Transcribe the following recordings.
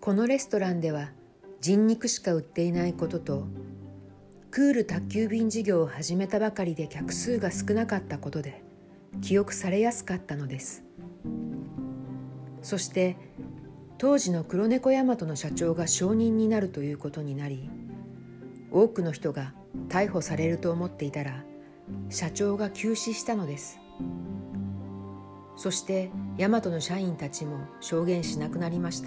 このレストランでは人肉しか売っていないことと、クール宅急便事業を始めたばかりで客数が少なかったことで記憶されやすかったのです。そして当時の黒猫大和の社長が証人になるということになり、多くの人が逮捕されると思っていたら社長が急死したのです。そして大和の社員たちも証言しなくなりました。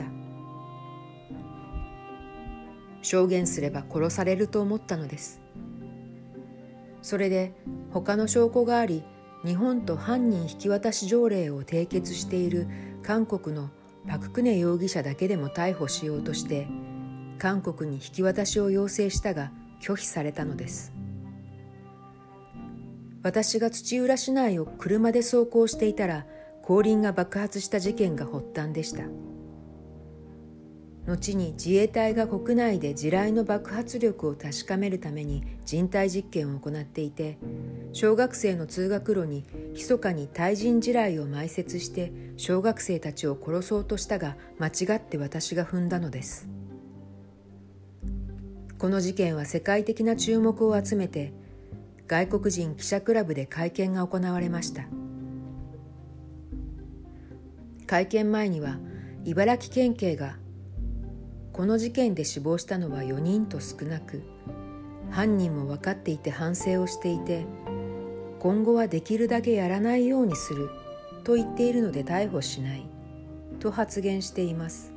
証言すれば殺されると思ったのです。それで他の証拠があり、日本と犯人引き渡し条例を締結している韓国のパク・クネ容疑者だけでも逮捕しようとして韓国に引き渡しを要請したが拒否されたのです。私が土浦市内を車で走行していたら後輪が爆発した事件が発端でした。後に自衛隊が国内で地雷の爆発力を確かめるために人体実験を行っていて、小学生の通学路に密かに対人地雷を埋設して小学生たちを殺そうとしたが間違って私が踏んだのです。この事件は世界的な注目を集めて、外国人記者クラブで会見が行われました。会見前には茨城県警がこの事件で死亡したのは4人と少なく、犯人も分かっていて反省をしていて、今後はできるだけやらないようにすると言っているので逮捕しないと発言しています。